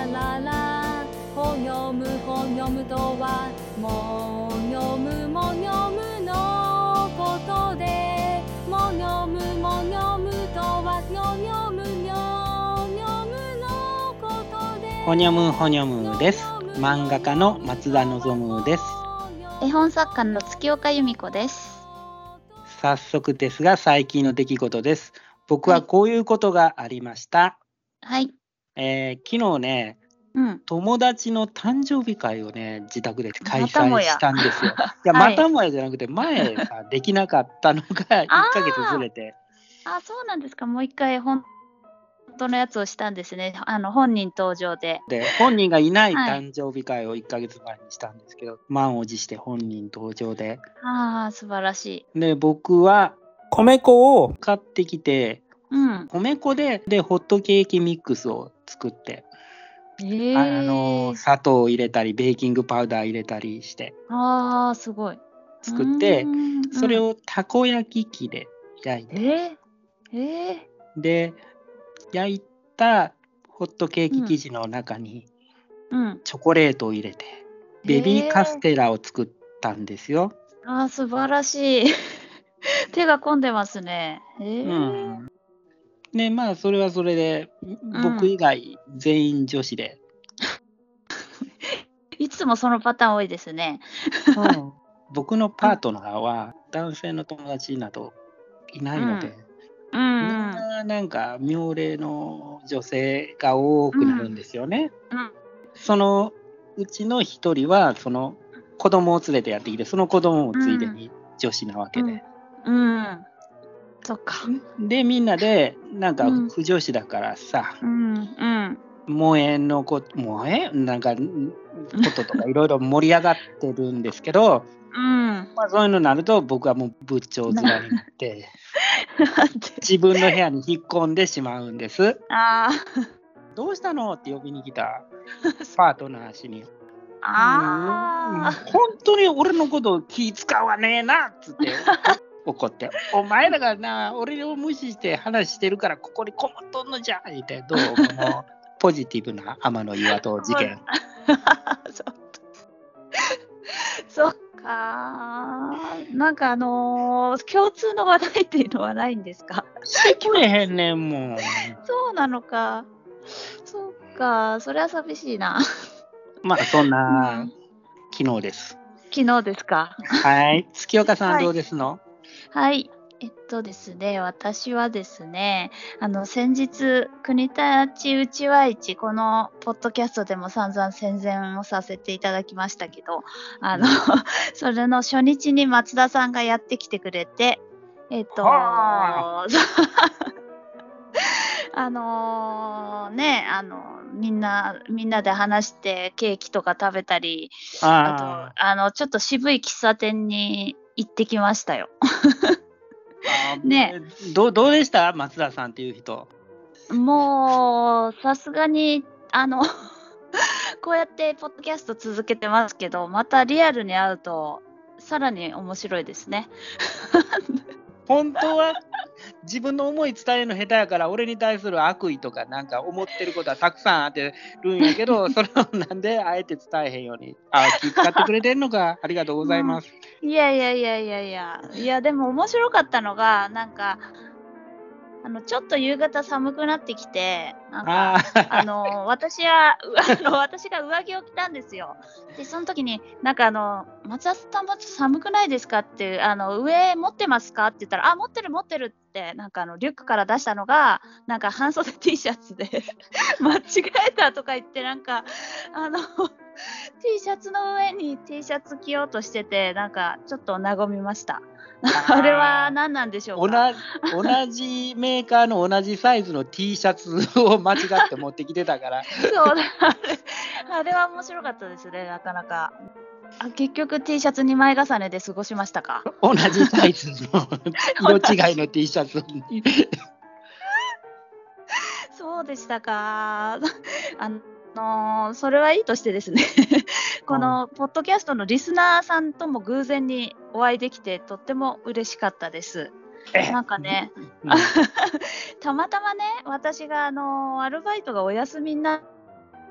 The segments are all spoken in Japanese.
ララほにょむとはもにょむのことでもにょむとはにょにょむのことでほにょむです。漫画家の松田望です。 絵本作家の月岡由美子です。 早速ですが最近の出来事です。僕はこういうことがありました。 はい。 昨日ね、友達の誕生日会をね自宅で開催したんですよ。いや、またもやじゃなくて前さできなかったのが1ヶ月ずれて。 そうなんですか。もう一回本当のやつをしたんですね。本人登場で。 本人がいない誕生日会を1ヶ月前にしたんですけど、満を持して本人登場で。 素晴らしい。 で、僕は米粉を買ってきて、米粉でホットケーキミックスを作って、砂糖を入れたりベーキングパウダー入れたりしてすごい作って、それをたこ焼き器で焼いて、で焼いたホットケーキ生地の中にチョコレートを入れて、ベビーカステラを作ったんですよ。 素晴らしい手が込んでますね。 で、まあそれはそれで、僕以外全員女子でいつもそのパターン多いですね。 僕のパートナーは男性の友達などいないので、みんななんか妙齢の女性が多くなるんですよね。そのうちの一人はその子供を連れてやってきて、その子供もついでに女子なわけで、 そっか。 でみんなでなんか不女子だからさ、萌えなんかこととかいろいろ盛り上がってるんですけど、そういうのになると僕はもう仏頂面になって自分の部屋に引っ込んでしまうんです。どうしたのって呼びに来たパートナー氏に本当に俺のこと気使わねえなっつって怒って、お前らがな俺を無視して話してるからここにこもっとんのじゃんって、どうもポジティブな天の岩戸事件そっか。なんか共通の話題っていうのはないんですか？ してくれへんねんもん。 そうなのか。そっか、それは寂しいな。 まあそんな昨日です。 昨日ですか。 はい。月岡さんどうですの？ はい。ですね、私はですね、先日、国立うちわ市、このポッドキャストでも散々宣伝をさせていただきましたけど、それの初日に松田さんがやってきてくれて、みんなで話してケーキとか食べたり、あとちょっと渋い喫茶店に行ってきましたよ。 どうでした松田さんっていう人？ もうさすがにこうやってポッドキャスト続けてますけど、またリアルに会うとさらに面白いですね。 本当は自分の思い伝えるの下手やから俺に対する悪意とかなんか思ってることはたくさんあってるんやけどそれをなんであえて伝えへんように気遣ってくれてんのかありがとうございます。 いやでも面白かったのがなんかちょっと夕方寒くなってきて、なんか私が上着を着たんですよ。でその時になんか松田さんも寒くないですかって上持ってますかって言ったら持ってるってなんかリュックから出したのがなんか半袖 T シャツで間違えたとか言ってなんかT シャツの上に T シャツ着ようとしててなんかちょっと和みました。あれは何なんでしょうか。 同じメーカーの同じサイズの T シャツを間違って持ってきてたからそうあれは面白かったですね。なかなか結局 T シャツ2枚重ねで過ごしましたか？ 同じサイズの色違いの T シャツにそうでしたか。それはいいとしてですねこのポッドキャストのリスナーさんとも偶然にお会いできてとっても嬉しかったです。なんかね、たまたまね私がアルバイトがお休みになっ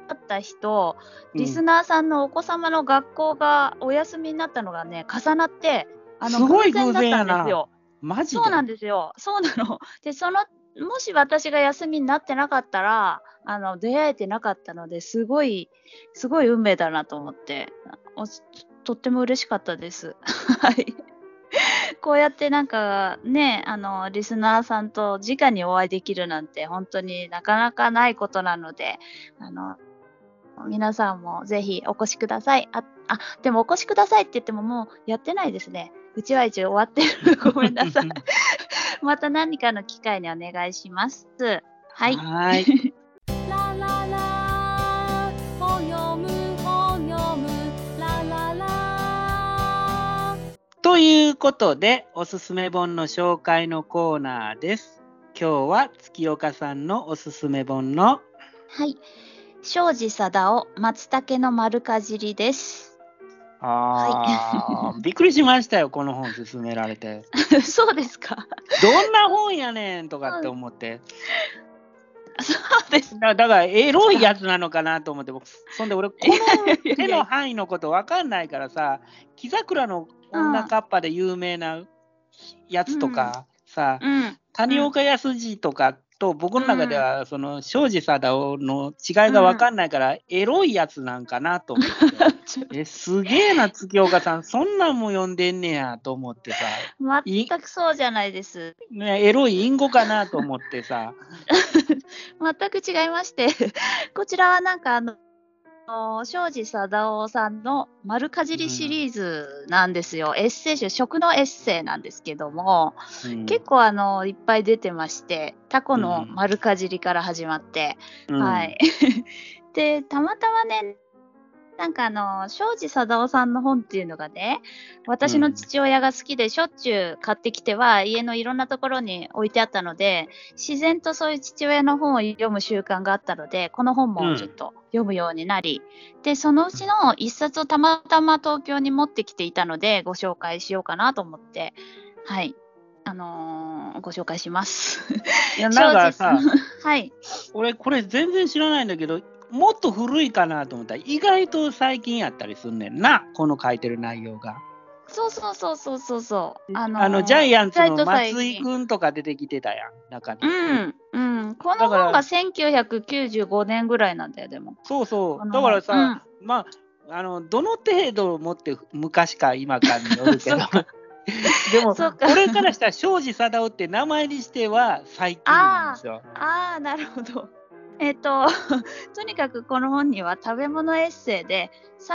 った日と、リスナーさんのお子様の学校がお休みになったのがね、重なって、 すごい偶然やだったんですよ。 マジで？ そうなんですよ。そうなの。で、もし私が休みになってなかったら、出会えてなかったので、すごい運命だなと思って、とっても嬉しかったです。はい。こうやってなんかね、リスナーさんと直にお会いできるなんて本当になかなかないことなので、皆さんもぜひお越しください。でもお越しくださいって言ってももうやってないですね。うちは一応終わってる。ごめんなさい。また何かの機会にお願いします。はい。 はい。 ラララほよむほよむラララ。 ということで、おすすめ本の紹介のコーナーです。今日は月岡さんのおすすめ本の、 はい、庄司貞夫松茸の丸かじりです。 はい、びっくりしましたよ、この本勧められて。 そうですか。 どんな本やねんとかって思って。 そうです。 だからエロいやつなのかなと思って、そんで俺この手の範囲のこと分かんないからさ、木桜の女カッパで有名なやつとかさ、谷岡康二とかと僕の中ではその庄司貞夫の違いが分かんないから、エロいやつなんかなと思ってすげえな月岡さん、そんなんも読んでんねやと思ってさ。 全くそうじゃないです、 ね、エロい隠語かなと思ってさ。 全く違いましてこちらはなんか庄司貞夫さんの丸かじりシリーズなんですよ。エッセイ集、食のエッセイなんですけども、結構いっぱい出てまして、タコの丸かじりから始まって、はい。で、たまたまね、なんか庄司貞夫さんの本っていうのがね、私の父親が好きでしょっちゅう買ってきては家のいろんなところに置いてあったので、自然とそういう父親の本を読む習慣があったので、この本もちょっと読むようになり、でそのうちの一冊をたまたま東京に持ってきていたのでご紹介しようかなと思って、はい、ご紹介します。 いやなんかさ、 はい、 俺これ全然知らないんだけど、もっと古いかなと思ったら意外と最近やったりすんねんな、この書いてる内容が。 そう。ジャイアンツの松井くんとか出てきてたやん、中に。 この本が1995年ぐらいなんだよ、でも。 そう。だからさ、まあ、どの程度持って昔か今かによるけど。でも、これからしたら庄司貞夫って名前にしては最近なんですよ。 なるほど。とにかくこの本には食べ物エッセイで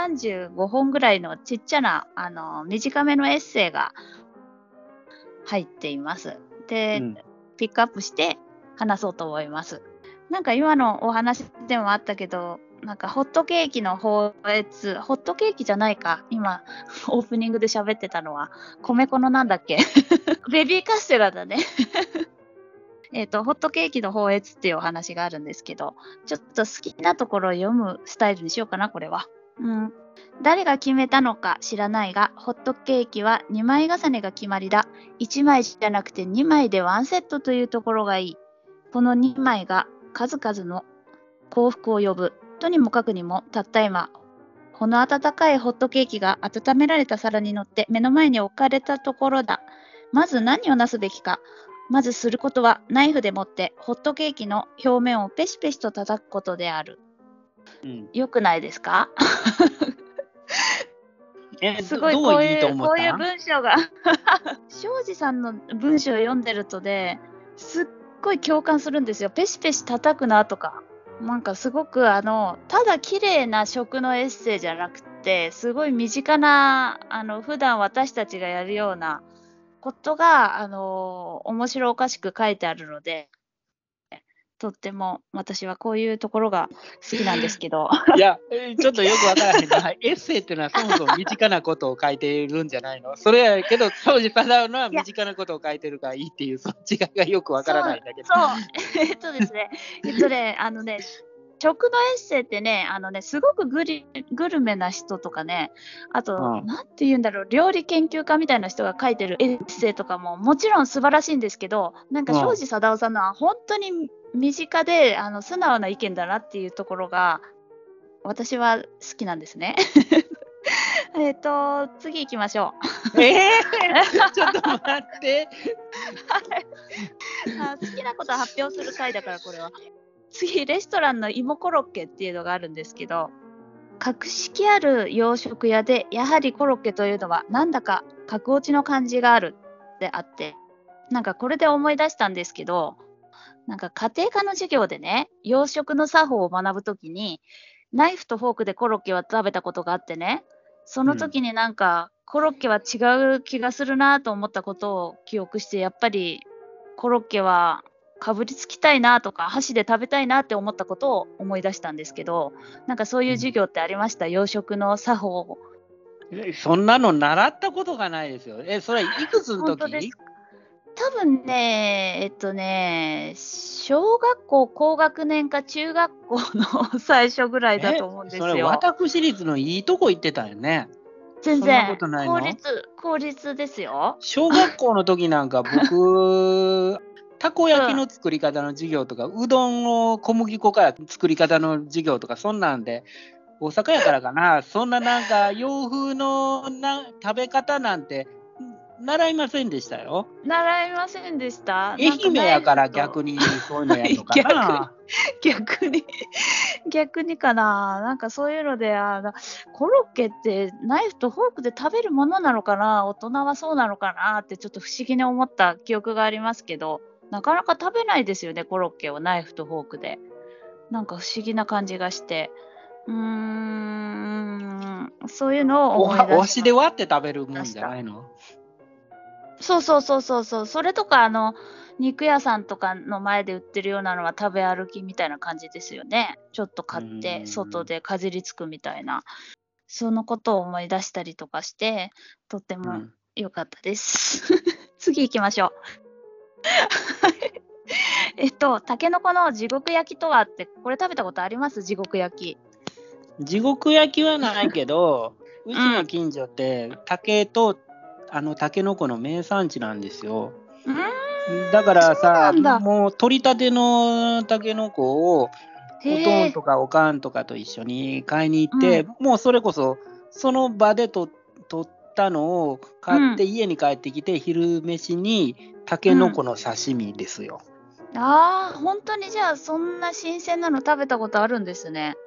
35本ぐらいのちっちゃな短めのエッセイが入っています。で、ピックアップして話そうと思います。なんか今のお話でもあったけど、なんかホットケーキの放越、ホットケーキじゃないか、今オープニングで喋ってたのは米粉のなんだっけベビーカステラだねホットケーキの放越っていうお話があるんですけど、ちょっと好きなところを読むスタイルにしようかな、これは。誰が決めたのか知らないが、ホットケーキは2枚重ねが決まりだ。1枚じゃなくて2枚でワンセットというところがいい。この2枚が数々の幸福を呼ぶ。とにもかくにも、たった今、この温かいホットケーキが温められた皿に乗って目の前に置かれたところだ。まず何をなすべきか。まずすることはナイフでもってホットケーキの表面をペシペシと叩くことである。よくないですか？すごいこういう文章が庄司さんの文章を読んでるとね、すっごい共感するんですよ。ペシペシ叩くなとか、なんかすごくただ綺麗な食のエッセイじゃなくて、すごい身近な普段私たちがやるようなことが面白おかしく書いてあるので、とっても私はこういうところが好きなんですけどいやちょっとよくわからへんなエッセイっていうのはそもそも身近なことを書いているんじゃないの？それやけど庄司貞夫のは身近なことを書いてるからいいっていう、その違いがよくわからないんだけど。 そうですね食のエッセイってね、すごくグルメな人とかね、あと、なんて言うんだろう、料理研究家みたいな人が書いてるエッセイとかももちろん素晴らしいんですけど、なんか庄司貞夫さんのは本当に身近で素直な意見だなっていうところが私は好きなんですね。次行きましょう。 ちょっと待って。 好きなことを発表する回だからこれは。次、レストランの芋コロッケっていうのがあるんですけど、格式ある洋食屋でやはりコロッケというのはなんだか格落ちの感じがあるってあって、なんかこれで思い出したんですけど、なんか家庭科の授業でね、洋食の作法を学ぶときに、ナイフとフォークでコロッケは食べたことがあってね、その時になんか、コロッケは違う気がするなと思ったことを記憶して、やっぱりコロッケはかぶりつきたいなとか、箸で食べたいなって思ったことを思い出したんですけど、なんかそういう授業ってありました？洋食の作法。 そんなの習ったことがないですよ。それいくつの時？ 本当ですか？多分ね、小学校高学年か中学校の最初ぐらいだと思うんですよ。 それ私立のいいとこ行ってたよね。 全然そんなことないの？ 公立ですよ。 小学校の時なんか僕たこ焼きの作り方の授業とか、うどんの小麦粉から作り方の授業とか、そんなんで大阪やからかな、そんななんか洋風の食べ方なんて習いませんでしたよ。 習いませんでした。 愛媛やから逆にそういうのやるのかな。 逆にかな。なんかそういうので、コロッケってナイフとフォークで食べるものなのかな、大人はそうなのかなってちょっと不思議に思った記憶がありますけど、なかなか食べないですよね、コロッケをナイフとフォークで。なんか不思議な感じがして。そういうのを思い出します。 お箸で割って食べるもんじゃないの？ そう。それとか肉屋さんとかの前で売ってるようなのは食べ歩きみたいな感じですよね。ちょっと買って外でかじりつくみたいな、そのことを思い出したりとかして、とっても良かったです。次行きましょう。たけのこの地獄焼きとはって、これ食べたことあります？地獄焼き。 地獄焼きはないけど、うちの近所って竹とたけのこの名産地なんですよ。だからさ、もう取りたてのたけのこをおとんとかおかんとかと一緒に買いに行って、もうそれこそその場で取ったのを買って家に帰ってきて、昼飯にたけのこの刺身ですよ。 本当にじゃあそんな新鮮なの食べたことあるんですね。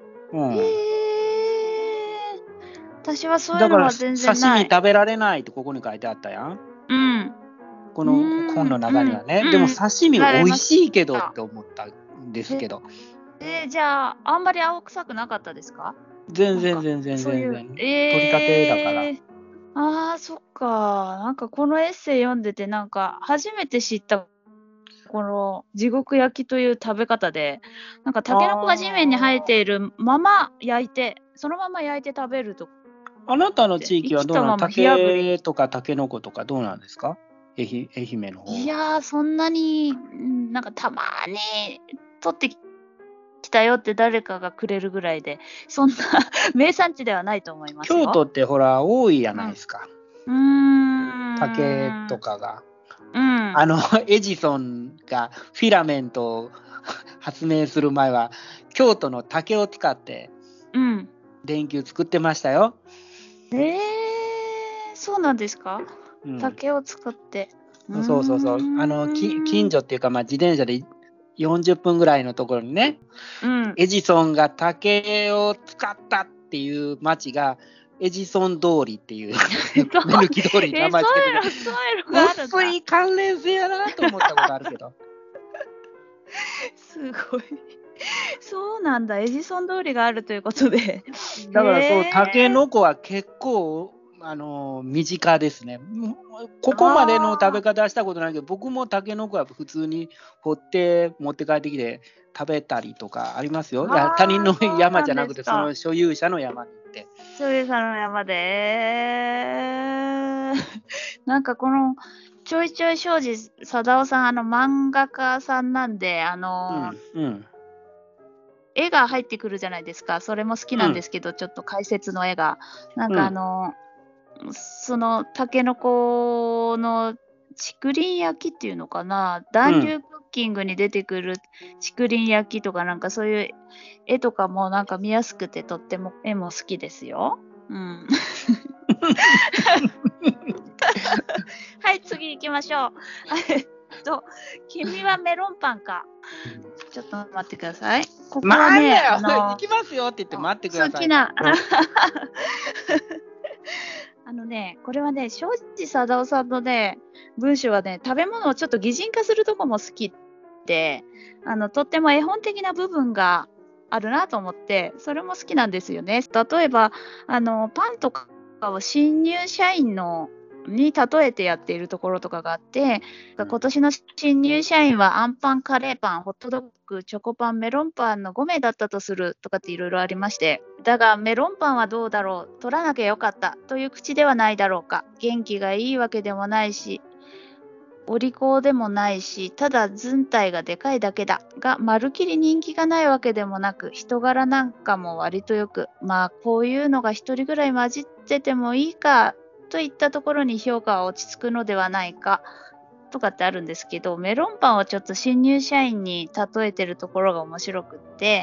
私はそういうのは全然ない。 だから刺身食べられないってここに書いてあったやん。この本の中にはね。でも刺身美味しいけどって思ったんですけど。 じゃああんまり青臭くなかったですか？ 全然。取りたてだから。 そっか。なんかこのエッセイ読んでて、なんか初めて知ったこの地獄焼きという食べ方で、なんかたけのこが地面に生えているまま焼いて、そのまま焼いて食べると。 あなたの地域はどうなの？竹とかたけのことかどうなんですか？愛媛の方。 いやー、そんなに、なんかたまに取ってきたよって誰かがくれるぐらいで、そんな名産地ではないと思いますよ。 京都ってほら多いやないですか。竹とかが。エジソンがフィラメントを発明する前は京都の竹を使って電球作ってましたよ。 そうなんですか？竹を使って。 そう。近所っていうか、自転車で40分ぐらいのところにね、エジソンが竹を使ったっていう町がエジソン通りっていう目抜き通りに名前つけてる。薄い関連性やなと思ったことあるけど。 すごい。そうなんだ。エジソン通りがあるということで。 だからそう、たけのこは結構身近ですね。ここまでの食べ方はしたことないけど、僕もたけのこは普通に掘って持って帰ってきて食べたりとかありますよ。他人の山じゃなくて、その所有者の山に行って。 所有者の山で。なんかこのちょいちょい庄司貞夫さん、漫画家さんなんで、絵が入ってくるじゃないですか。それも好きなんですけど、ちょっと解説の絵が。なんかそのたけのこの竹林焼きっていうのかな、暖流クッキングに出てくる竹林焼きとかなんかそういう絵とかもなんか見やすくてとっても絵も好きですよ。うん。はい、次行きましょう。君はメロンパンか。ちょっと待ってください。ここはね、 行きますよって言って待ってください。 好きな。これはね、庄司貞夫さんのね、文章はね、食べ物をちょっと擬人化するとこも好きで、とっても絵本的な部分があるなと思って、それも好きなんですよね。例えば、パンとかを新入社員に例えてやっているところとかがあって、今年の新入社員はアンパン、カレーパン、ホットドッグ、チョコパン、メロンパンの5名だったとするとかっていろいろありまして、だがメロンパンはどうだろう、取らなきゃよかったという口ではないだろうか。元気がいいわけでもないし、お利口でもないし、ただ軍隊がでかいだけだが、まるきり人気がないわけでもなく、人柄なんかも割とよく、まあこういうのが一人ぐらい混じっててもいいかといったところに評価は落ち着くのではないかとかってあるんですけど、メロンパンをちょっと新入社員に例えてるところが面白くって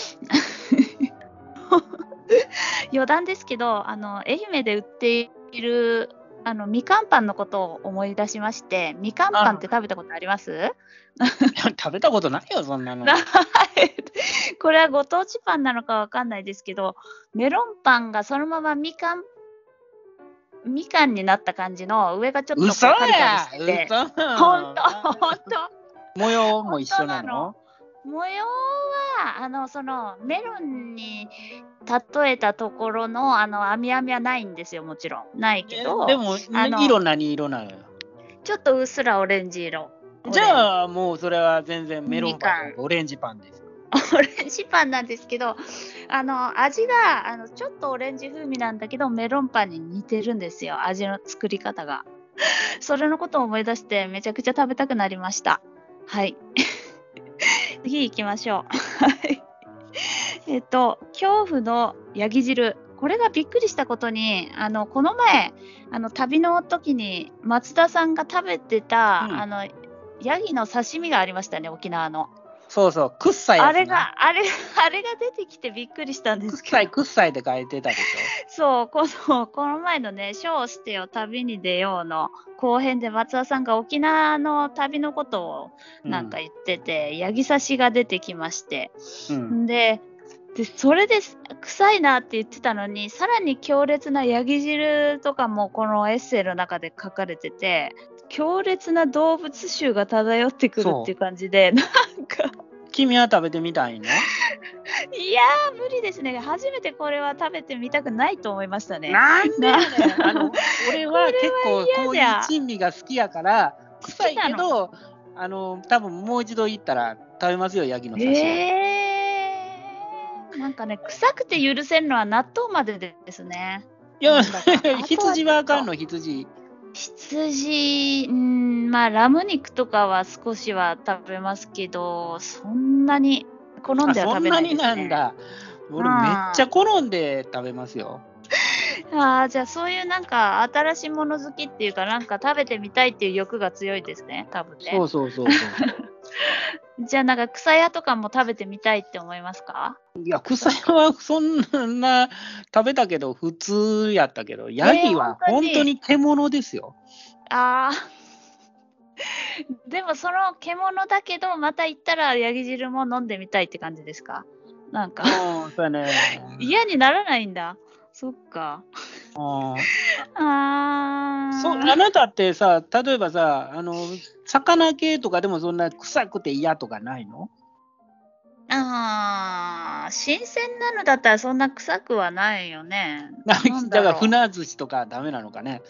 余談ですけど、愛媛で売っているみかんパンのことを思い出しまして、みかんパンって食べたことあります？ 食べたことないよ、そんなの。 これはご当地パンなのかわかんないですけど、メロンパンがそのままみかんになった感じの、上がちょっとカリカリしてて、ほんと模様も一緒なの？ 模様はそのメロンに例えたところの網はないんですよ。もちろんないけど、 でも色何色なのよ？ ちょっとうっすらオレンジ色。 じゃあもうそれは全然メロンパン、オレンジパンです。 オレンジパンなんですけど、味がちょっとオレンジ風味なんだけど、メロンパンに似てるんですよ、味の作り方が。それのことを思い出してめちゃくちゃ食べたくなりました。はい。次行きましょう。恐怖のヤギ汁。これがびっくりしたことに、この前旅の時に松田さんが食べてた、ヤギの刺身がありましたね、沖縄の。 そうそう、くっさいやつ、ね、 あれが出てきてびっくりしたんですけど。 くっさいって書いてたでしょ。そう、この前のね、書をしてよ旅に出ようの後編で松田さんが沖縄の旅のことをなんか言ってて、ヤギ刺しが出てきまして、でそれで臭いなって言ってたのに、さらに強烈なヤギ汁とかもこのエッセイの中で書かれてて、強烈な動物臭が漂ってくるっていう感じで、なんか君は食べてみたいの？ いやー無理ですね。初めてこれは食べてみたくないと思いましたね。 なんでやねん。俺は結構こういう珍味が好きやから臭いけど、多分もう一度行ったら食べますよ、ヤギの刺身。 なんかね、臭くて許せるのは納豆までですね。 いや、羊はあかんの？羊、 まあラム肉とかは少しは食べますけど、そんなに好んでは食べないですね。 そんなになんだ。俺めっちゃ好んで食べますよ。 じゃあそういうなんか新しいもの好きっていうか、なんか食べてみたいっていう欲が強いですね、多分ね。 そう。 じゃあなんか草屋とかも食べてみたいって思いますか？ いや、草屋はそんな食べたけど普通やったけど、ヤギは本当に獣ですよ。 でもその獣だけど、また行ったらヤギ汁も飲んでみたいって感じですか？なんかそうね、 嫌にならないんだ。そっか。 あなたってさ、例えばさ、魚系とかでもそんな臭くて嫌とかないの？ 新鮮なのだったらそんな臭くはないよね。 だから船寿司とかダメなのかね。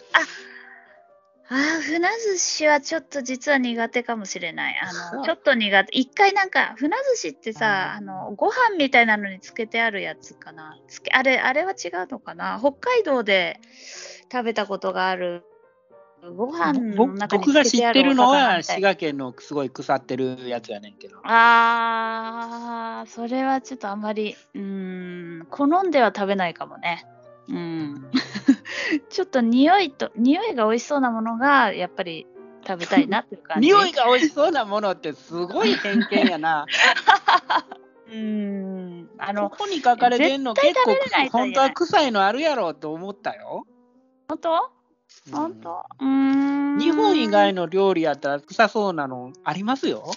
船寿司はちょっと実は苦手かもしれない。ちょっと苦手。一回なんか船寿司ってさ、ご飯みたいなのにつけてあるやつかな。あれは違うのかな。北海道で食べたことがあるご飯の中に僕が知ってるのは滋賀県のすごい腐ってるやつやねんけど。 それはちょっとあんまり好んでは食べないかもね。ちょっと匂いが美味しそうなものがやっぱり食べたいなっていう感じ。 匂いが美味しそうなものってすごい偏見やな。ここに書かれてんの結構本当は臭いのあるやろと思ったよ。 本当？本当？ 日本以外の料理やったら臭そうなのありますよ。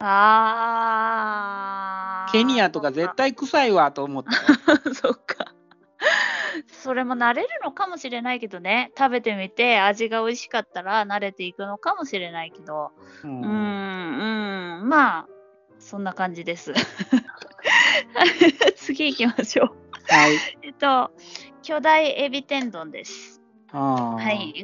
ケニアとか絶対臭いわと思ったよ。 そっか。それも慣れるのかもしれないけどね。食べてみて味が美味しかったら慣れていくのかもしれないけど。まあそんな感じです。次行きましょう。 はい。 巨大エビ天丼です。はい。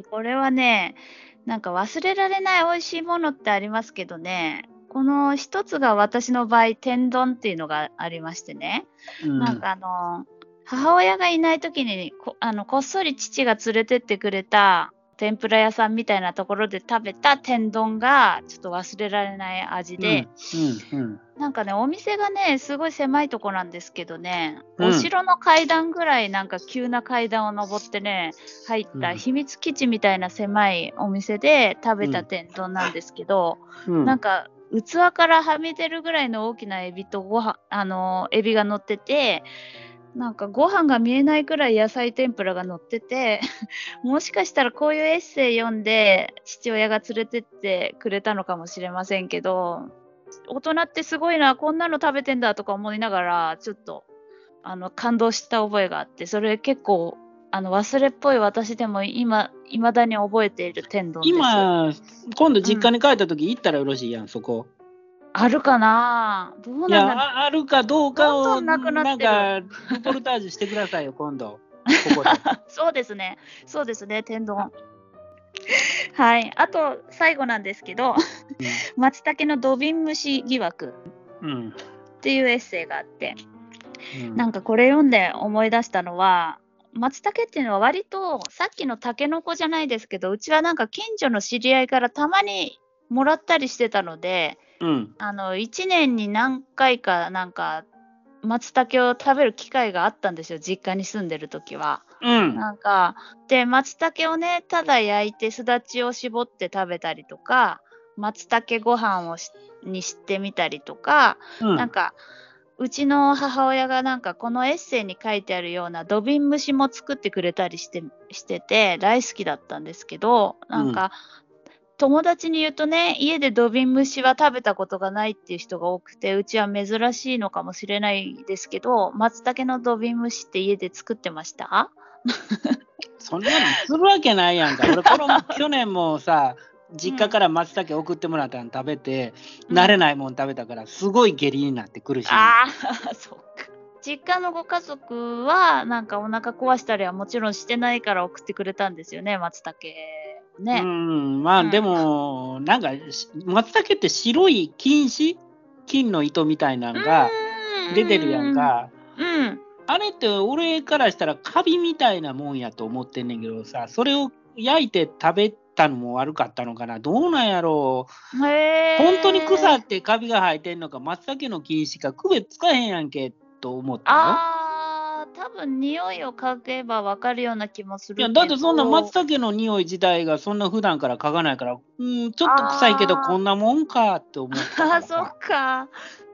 これはね、なんか忘れられない美味しいものってありますけどね。この一つが私の場合天丼っていうのがありましてね。なんか母親がいない時にこっそり父が連れてってくれた天ぷら屋さんみたいなところで食べた天丼がちょっと忘れられない味で、なんかねお店がねすごい狭いとこなんですけどね、お城の階段ぐらいなんか急な階段を登ってね入った秘密基地みたいな狭いお店で食べた天丼なんですけど、なんか器からはみ出るぐらいの大きなエビとエビが乗ってて、なんかご飯が見えないくらい野菜天ぷらが乗っててもしかしたらこういうエッセイ読んで父親が連れてってくれたのかもしれませんけど、大人ってすごいな、こんなの食べてんだとか思いながらちょっと感動した覚えがあって、それ結構忘れっぽい私でも未だに覚えている天丼です。 今度実家に帰った時行ったらよろしいやん、そこ。 あるかな？どうなんだ？いや、あるかどうかをなんかルポルタージュしてくださいよ、今度。ここでそうですね、天丼。はい、あと最後なんですけど、松茸の土瓶蒸し疑惑っていうエッセイがあって、なんかこれ読んで思い出したのは、松茸っていうのは割とさっきのタケノコじゃないですけど、うちはなんか近所の知り合いからたまにもらったりしてたので、1年に何回かなんか松茸を食べる機会があったんですよ、実家に住んでる時は。なんかで松茸をねただ焼いてすだちを絞って食べたりとか、松茸ご飯にしてみたりとか、なんかうちの母親がなんかこのエッセイに書いてあるような土瓶蒸しも作ってくれたりしてて大好きだったんですけど、なんか、友達に言うとね、家で土瓶蒸しは食べたことがないっていう人が多くて、うちは珍しいのかもしれないですけど、松茸の土瓶蒸しって家で作ってました？ そんなのするわけないやんか。俺去年もさ実家から松茸送ってもらったの食べて、慣れないもん食べたからすごい下痢になって苦しい。 そうか。実家のご家族はなんかお腹壊したりはもちろんしてないから送ってくれたんですよね、松茸ね。 まあでもなんか松茸って白い金の糸みたいなのが出てるやんか。あれって俺からしたらカビみたいなもんやと思ってんねんけどさ、それを焼いて食べたのも悪かったのかな、どうなんやろう。本当に草ってカビが生えてんのか松茸の菌しか区別つかへんやんけと思ったよ。 多分匂いを嗅げば分かるような気もするけど。 いやだってそんな松茸の匂い自体がそんな普段から嗅がないから、ちょっと臭いけどこんなもんかって思ったから。 そっか。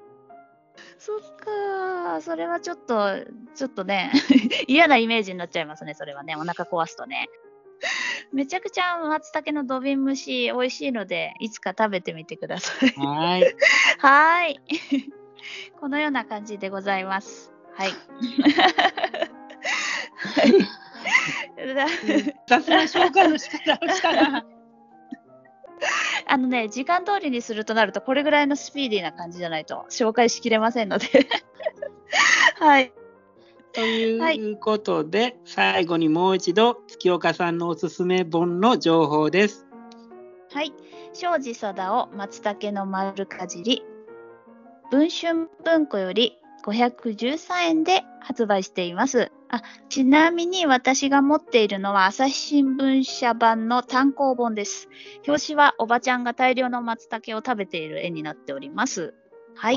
それはちょっとね嫌なイメージになっちゃいますね、それはね、お腹壊すとね。めちゃくちゃ松茸の土瓶蒸し美味しいので、いつか食べてみてください。はい。このような感じでございます。はい。 雑な紹介の仕方をしたな。 時間通りにするとなるとこれぐらいのスピーディーな感じじゃないと紹介しきれませんのではい。 ということで、最後にもう一度月岡さんのおすすめ本の情報です。 はい、庄司貞夫松茸の丸かじり、文春文庫より513円で発売しています。ちなみに私が持っているのは朝日新聞社版の単行本です。表紙はおばちゃんが大量の松茸を食べている絵になっております。はい。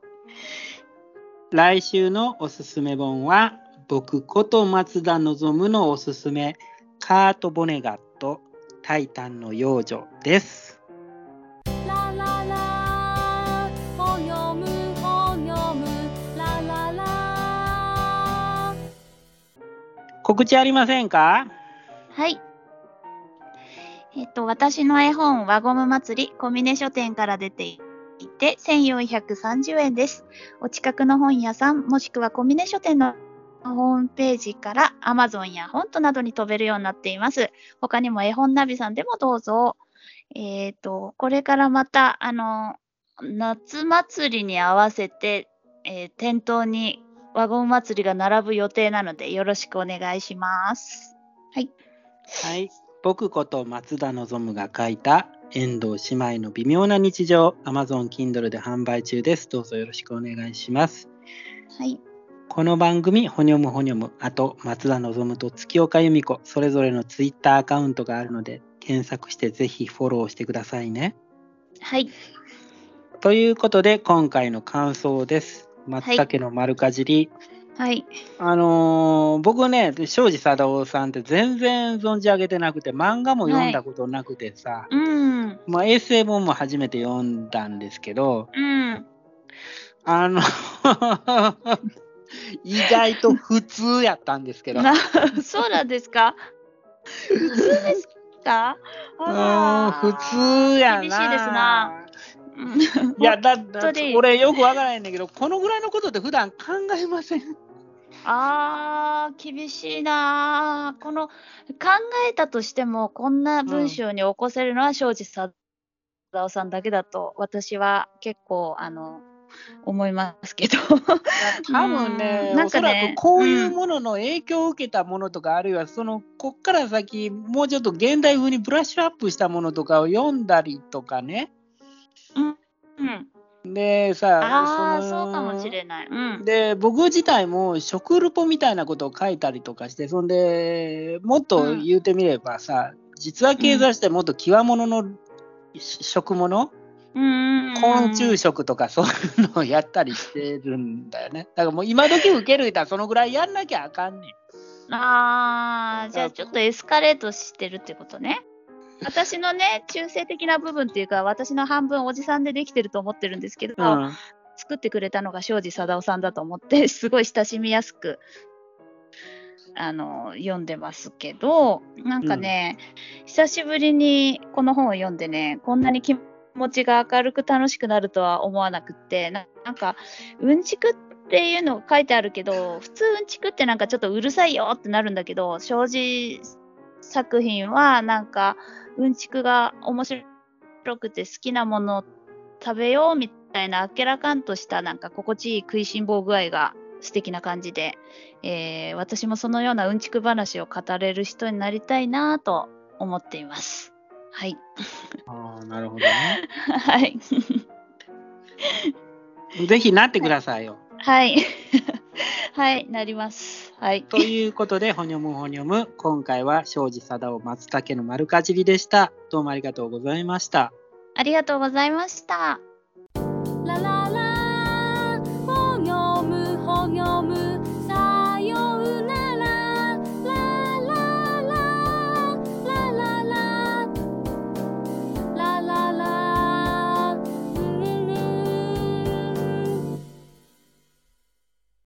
来週のおすすめ本は僕こと松田望のおすすめカート・ボネガットタイタンの幼女です。 ラララほよむほよむラララ。 告知ありませんか？ はい。私の絵本輪ゴム祭り小峰書店から出ていて1430円です。お近くの本屋さんもしくは小峰書店のホームページから Amazon や本となどに飛べるようになっています。他にも絵本ナビさんでもどうぞ。これからまた夏祭りに合わせて、店頭に輪ゴム祭りが並ぶ予定なのでよろしくお願いします。はい。 はい。僕こと松田望が書いた遠藤姉妹の微妙な日常 Amazon Kindle で販売中です。どうぞよろしくお願いします。 はい。 この番組ほにょむほにょむ、あと松田望と月岡由美子それぞれのツイッターアカウントがあるので検索してぜひフォローしてくださいね。 はい。 ということで今回の感想です。松茸の丸かじり。 はい。 僕ね、庄司貞夫さんって全然存じ上げてなくて、漫画も読んだことなくてさ、まあ、エッセイ本も初めて読んだんですけど、意外と普通やったんですけど。 そうなんですか？普通ですか？ 普通やな。 厳しいですな。 いや、だ俺よくわからないんだけど、このぐらいのことって普段考えません？ 厳しいな。考えたとしてもこんな文章に起こせるのは庄司貞夫さんだけだと私は結構思いますけど多分ね、おそらくこういうものの影響を受けたものとか、あるいはこっから先もうちょっと現代風にブラッシュアップしたものとかを読んだりとかね。でさ、 そうかもしれない。 で僕自体も食ルポみたいなことを書いたりとかして、そんでもっと言うてみればさ、実話系雑誌でもっと極物の食物、昆虫食とかそういうのをやったりしてるんだよね。だからもう今時受ける人はそのぐらいやんなきゃあかんねん。 じゃあちょっとエスカレートしてるってことね。私のね、中性的な部分っていうか、私の半分おじさんでできてると思ってるんですけど、作ってくれたのが庄司貞夫さんだと思って、すごい親しみやすく読んでますけど、なんかね、久しぶりにこの本を読んでね、こんなに気持ちが明るく楽しくなるとは思わなくって、なんかうんちくっていうのが書いてあるけど、普通うんちくってなんかちょっとうるさいよってなるんだけど、庄司作品はなんかうんちくが面白くて好きなものを食べようみたいなあっけらかんとしたなんか心地いい食いしん坊具合が素敵な感じで、私もそのようなうんちく話を語れる人になりたいなと思っています。はい。 なるほどね。 はい。 ぜひなってくださいよ。 はい。はい、なります。はい。 ということで、ほにょむほにょむ、今回は庄司貞夫松茸の丸かじりでした。どうもありがとうございました。 ありがとうございました。